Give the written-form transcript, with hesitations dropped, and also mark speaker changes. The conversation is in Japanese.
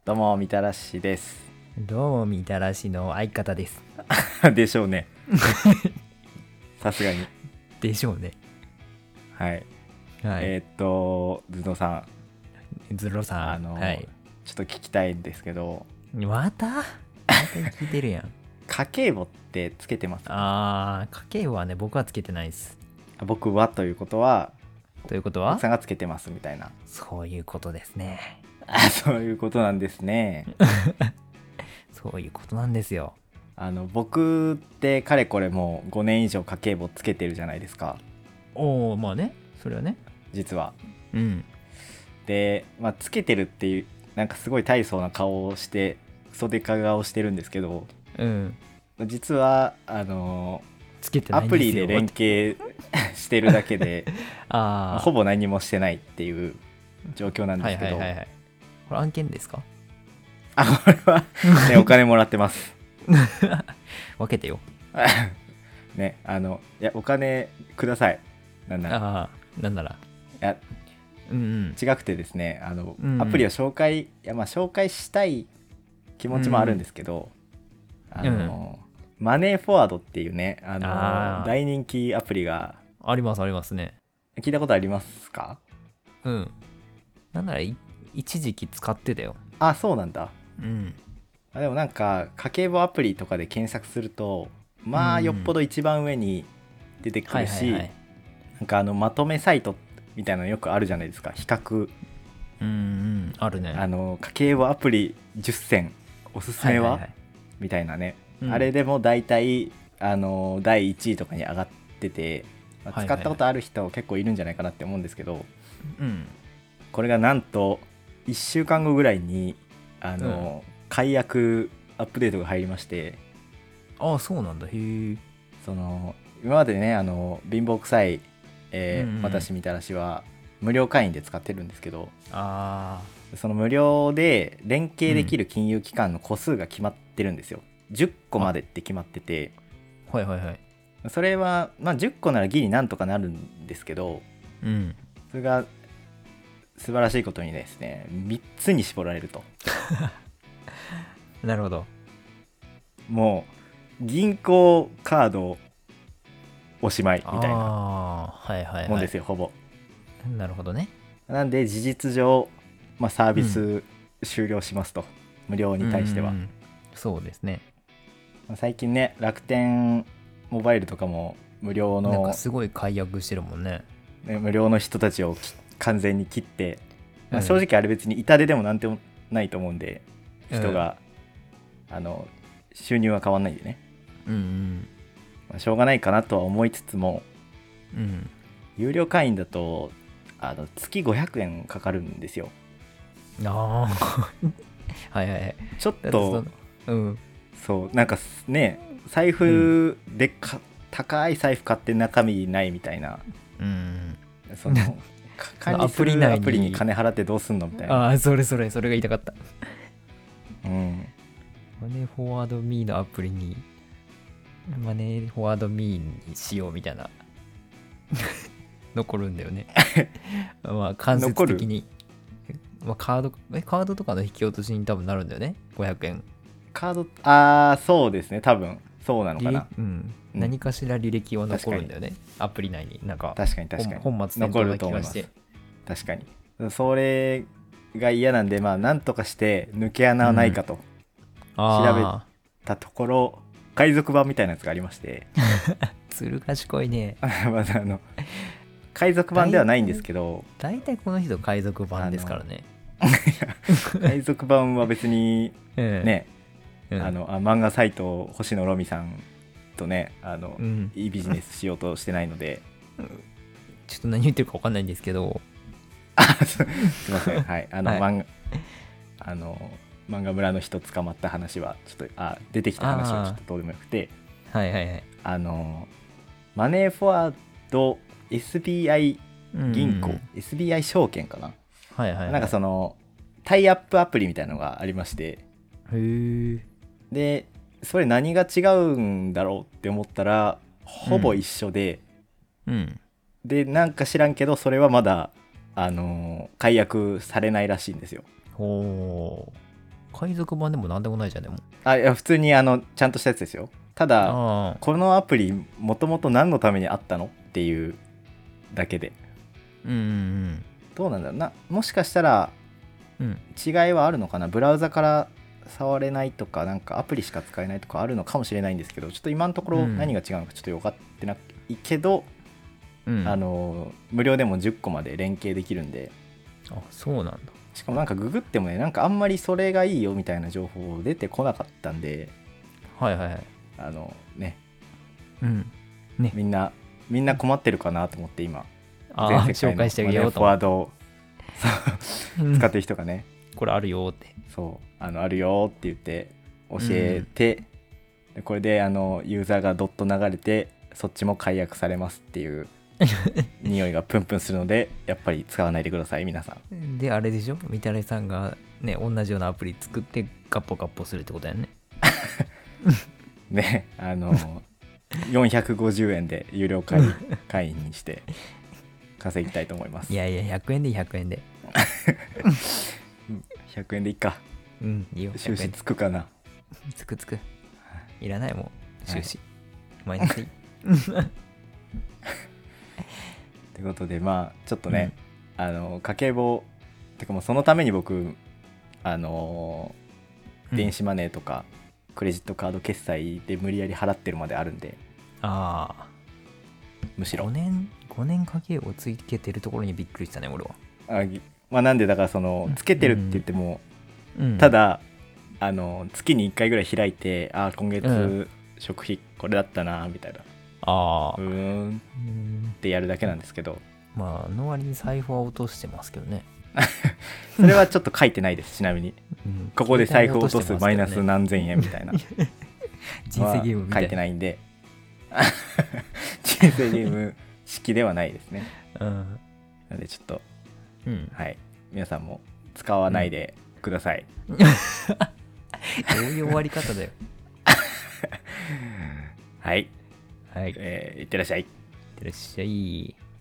Speaker 1: どうもみたらしです
Speaker 2: どうもみたらしの相方です。
Speaker 1: でしょうね。さすがに。
Speaker 2: でしょうね。
Speaker 1: はい。
Speaker 2: はい。
Speaker 1: 頭脳さ
Speaker 2: ズロさ
Speaker 1: ん、
Speaker 2: ん。はい。
Speaker 1: ちょっと聞きたいんですけど、
Speaker 2: また聞いてるやん。
Speaker 1: 家計簿ってつけてます？
Speaker 2: 家計簿はね、僕はつけてないです。
Speaker 1: 僕はということは
Speaker 2: ということは
Speaker 1: 奥さんがつけてますみたいな。
Speaker 2: そういうことですね。
Speaker 1: そういうことなんですね。
Speaker 2: そういうことなんですよ。
Speaker 1: 僕ってかれこれもう5年以上家計簿つけてるじゃないですか、
Speaker 2: まあね。それはね。
Speaker 1: 実は。
Speaker 2: うん。
Speaker 1: で、つけてるっていうなんかすごい大層な顔をしてクソデカ顔してるんですけど、
Speaker 2: うん。
Speaker 1: 実は
Speaker 2: つけてな
Speaker 1: ア
Speaker 2: いんですよ。
Speaker 1: プリで連携してるだけでほ
Speaker 2: あ
Speaker 1: ぼ何もしてないっていう状況なん
Speaker 2: あ。はい
Speaker 1: ですけど、
Speaker 2: はいはいはい。これ案件ですか？
Speaker 1: これはね、お金もらってます
Speaker 2: 分けてよ。
Speaker 1: ね、いやお金ください。なんなら、い
Speaker 2: ああ。なんなら。
Speaker 1: や
Speaker 2: うん
Speaker 1: 違くてですね、
Speaker 2: うん。
Speaker 1: アプリを紹介したい気持ちもあるんですけど、マネーフォワードっていうね、
Speaker 2: あ
Speaker 1: 大人気アプリが、
Speaker 2: あ。ありますありますね。
Speaker 1: 聞いたことありますか？
Speaker 2: うん。なんなら一時期使ってたよ。
Speaker 1: あ、そうなんだ。
Speaker 2: うん。
Speaker 1: でもなんか家計簿アプリとかで検索すると、よっぽ
Speaker 2: うん。
Speaker 1: ど一番上に出てく
Speaker 2: はい
Speaker 1: るし、
Speaker 2: はいはい。
Speaker 1: なんかまとめサイトみたいなのよくあるじゃないですか。比較、
Speaker 2: うんうん。あるね。
Speaker 1: 家計簿アプリ10選おすすめは、
Speaker 2: はいはいはい。
Speaker 1: みたいなね、
Speaker 2: うん、
Speaker 1: あれでも大体第1位とかに上がってて、使ったことある人結構いるんじゃないかなって思うんですけど、
Speaker 2: うん。
Speaker 1: これがなんと1週間後ぐらいに
Speaker 2: うん。
Speaker 1: 解約アップデートが入りまして、
Speaker 2: ああ、そうなんだ。へえ。
Speaker 1: その今までね、貧乏くさい、
Speaker 2: うんうん。
Speaker 1: 私みたらしは無料会員で使ってるんですけど、
Speaker 2: あ
Speaker 1: その無料で連
Speaker 2: あ。う
Speaker 1: 携でき
Speaker 2: ん。
Speaker 1: る金融機関の個数が決まってるんですよ。10個ま
Speaker 2: あ、
Speaker 1: でって決まってて、
Speaker 2: はいはいはい。
Speaker 1: それは、10個ならギリなんとかなるんですけど、
Speaker 2: うん。
Speaker 1: それが素晴らしいことにですね、3つに絞られると。
Speaker 2: なるほど。
Speaker 1: もう銀行カードおしまいみたいな
Speaker 2: ああ、はいはいはい。
Speaker 1: もんですよ、ほぼ。
Speaker 2: なるほどね。
Speaker 1: なんで事実上、サー
Speaker 2: うん。
Speaker 1: ビス終了しますと、無料に
Speaker 2: うんうんう
Speaker 1: 対しては。
Speaker 2: ん。そうですね。
Speaker 1: 最近ね、楽天モバイルとかも無料
Speaker 2: なんか
Speaker 1: の、
Speaker 2: すごい解約してるもんね。
Speaker 1: ね、無料の人たちを完全に切って、正
Speaker 2: うん。
Speaker 1: 直あれ別に痛手でもなんてもないと思うんで、
Speaker 2: うん。
Speaker 1: 人があの収入は変わんないんでね、
Speaker 2: うん
Speaker 1: しょうがないかなとは思いつつも、
Speaker 2: うん。うん。
Speaker 1: 有料会員だと月500円かかるんですよ。
Speaker 2: ああ。はいはいはい。
Speaker 1: ちょっと、
Speaker 2: だってうん。
Speaker 1: そうなんかね、財
Speaker 2: うん。
Speaker 1: 布で高い財布買って中身ないみたいな、
Speaker 2: うん。
Speaker 1: その
Speaker 2: そ
Speaker 1: 管理す
Speaker 2: のアプリ
Speaker 1: るアプリに
Speaker 2: 内に、
Speaker 1: 金払ってどうすんのみたいな。
Speaker 2: ああ、それが言いたかった。
Speaker 1: うん、
Speaker 2: マネーフォワードミーのアプリに、マネーフォワードミーにしようみたいな、残るんだよね。まあ、間接
Speaker 1: 残る。
Speaker 2: 的に。カードとかの引き落としに多分なるんだよね。500円。
Speaker 1: カード、そうですね、多分そうなのかな。
Speaker 2: うん。
Speaker 1: うん、
Speaker 2: 何かしら履歴は
Speaker 1: 確かに
Speaker 2: 残るんだよね。アプリ内に。なんか、
Speaker 1: 確かに確かに
Speaker 2: 本末転
Speaker 1: 残る
Speaker 2: 倒な
Speaker 1: と思います。
Speaker 2: 気がして。
Speaker 1: 確かにそれが嫌なんで、なんとかして抜け穴はないか
Speaker 2: うん。
Speaker 1: と調べ
Speaker 2: あ
Speaker 1: たところ、海賊版みたいなやつがありまして、
Speaker 2: あ、つる賢いね。
Speaker 1: まだ海賊版ではないんですけど、
Speaker 2: 大体この人海賊版ですから
Speaker 1: あの
Speaker 2: ね。
Speaker 1: 海賊版は別に
Speaker 2: うん。
Speaker 1: ね、
Speaker 2: うん。
Speaker 1: 漫画サイト星野ロミさんとね、
Speaker 2: うん。
Speaker 1: いいビジネスしようとしてないので、
Speaker 2: ちょっと何言ってるか分かんないんですけど、
Speaker 1: すいません、はい、
Speaker 2: はい。
Speaker 1: あの漫画村の人捕まった話はちょっと、出てきた話はちょっ
Speaker 2: あ
Speaker 1: とどうでもよくて、
Speaker 2: あ、はいはいはい。
Speaker 1: マネーフォワード SBI
Speaker 2: うんうんう
Speaker 1: 銀行、
Speaker 2: ん。
Speaker 1: SBI 証券かな、なんか
Speaker 2: はいはいはい。
Speaker 1: そのタイアップアプリみたいなのがありまして、
Speaker 2: へえ。
Speaker 1: でそれ何が違うんだろうって思ったらほぼ一
Speaker 2: うん。
Speaker 1: 緒で、
Speaker 2: うん。
Speaker 1: なんか知らんけどそれはまだ解約されないらしいんですよ。
Speaker 2: ほ海賊版でもなんでもないじゃん。でも
Speaker 1: いや普通にちゃんとしたやつですよ。ただこのアプリもともと何のためにあったのっていうだけで、どうなんだろうな。もしかしたら違いはあるのかな。ブラウザから触れないとか、なんかアプリしか使えないとかあるのかもしれないんですけど、ちょっと今のところ何が違うのかちょっと分かってないけど、無料でも10個まで連携できるんで。
Speaker 2: あ、そうなんだ。
Speaker 1: しかもなんかググってもね、なんかあんまりそれがいいよみたいな情報出てこなかったんで、ね、みんな困ってるかなと思って今
Speaker 2: 全世界の、紹介してあげようと
Speaker 1: フォワードを使ってる人がね、
Speaker 2: これあるよって、
Speaker 1: そうあるよって言って教えて、でこれでユーザーがドット流れてそっちも解約されますっていう匂いがプンプンするので、やっぱり使わないでください皆さ
Speaker 2: ん。であれでしょ、みたらしさんがね同じようなアプリ作ってガッポガッポするってことやね。
Speaker 1: ね、450円で有料会員にして稼ぎたいと思います。
Speaker 2: いやいや、100円で100円で
Speaker 1: 100円でいいか。
Speaker 2: いいよ。
Speaker 1: 収支つくかな。
Speaker 2: つくいらないもん収支、マイナスいい
Speaker 1: ということで、まあちょっとね、家計簿てかもうそのために僕電子マネーとかクレジットカード決済で無理やり払ってるまであるんで、むしろ
Speaker 2: 5年家計簿つけてるところにびっくりしたね俺は。
Speaker 1: なんでだからそのつけてるって言っても、ただ月に1回ぐらい開いて、今月食費これだったなみたいな、ってやるだけなんですけど、
Speaker 2: まあの割に財布は落としてますけどね。
Speaker 1: それはちょっと書いてないです。ちなみに、ここで財布落とすマイナス何千円みたいな
Speaker 2: 人生ゲームみたいな
Speaker 1: 書いてないんで人生ゲーム式ではないですね。なのでちょっと、皆さんも使わないでください。
Speaker 2: どういう終わり方だよ。
Speaker 1: はい、いってらっしゃい。いっ
Speaker 2: てらっしゃい。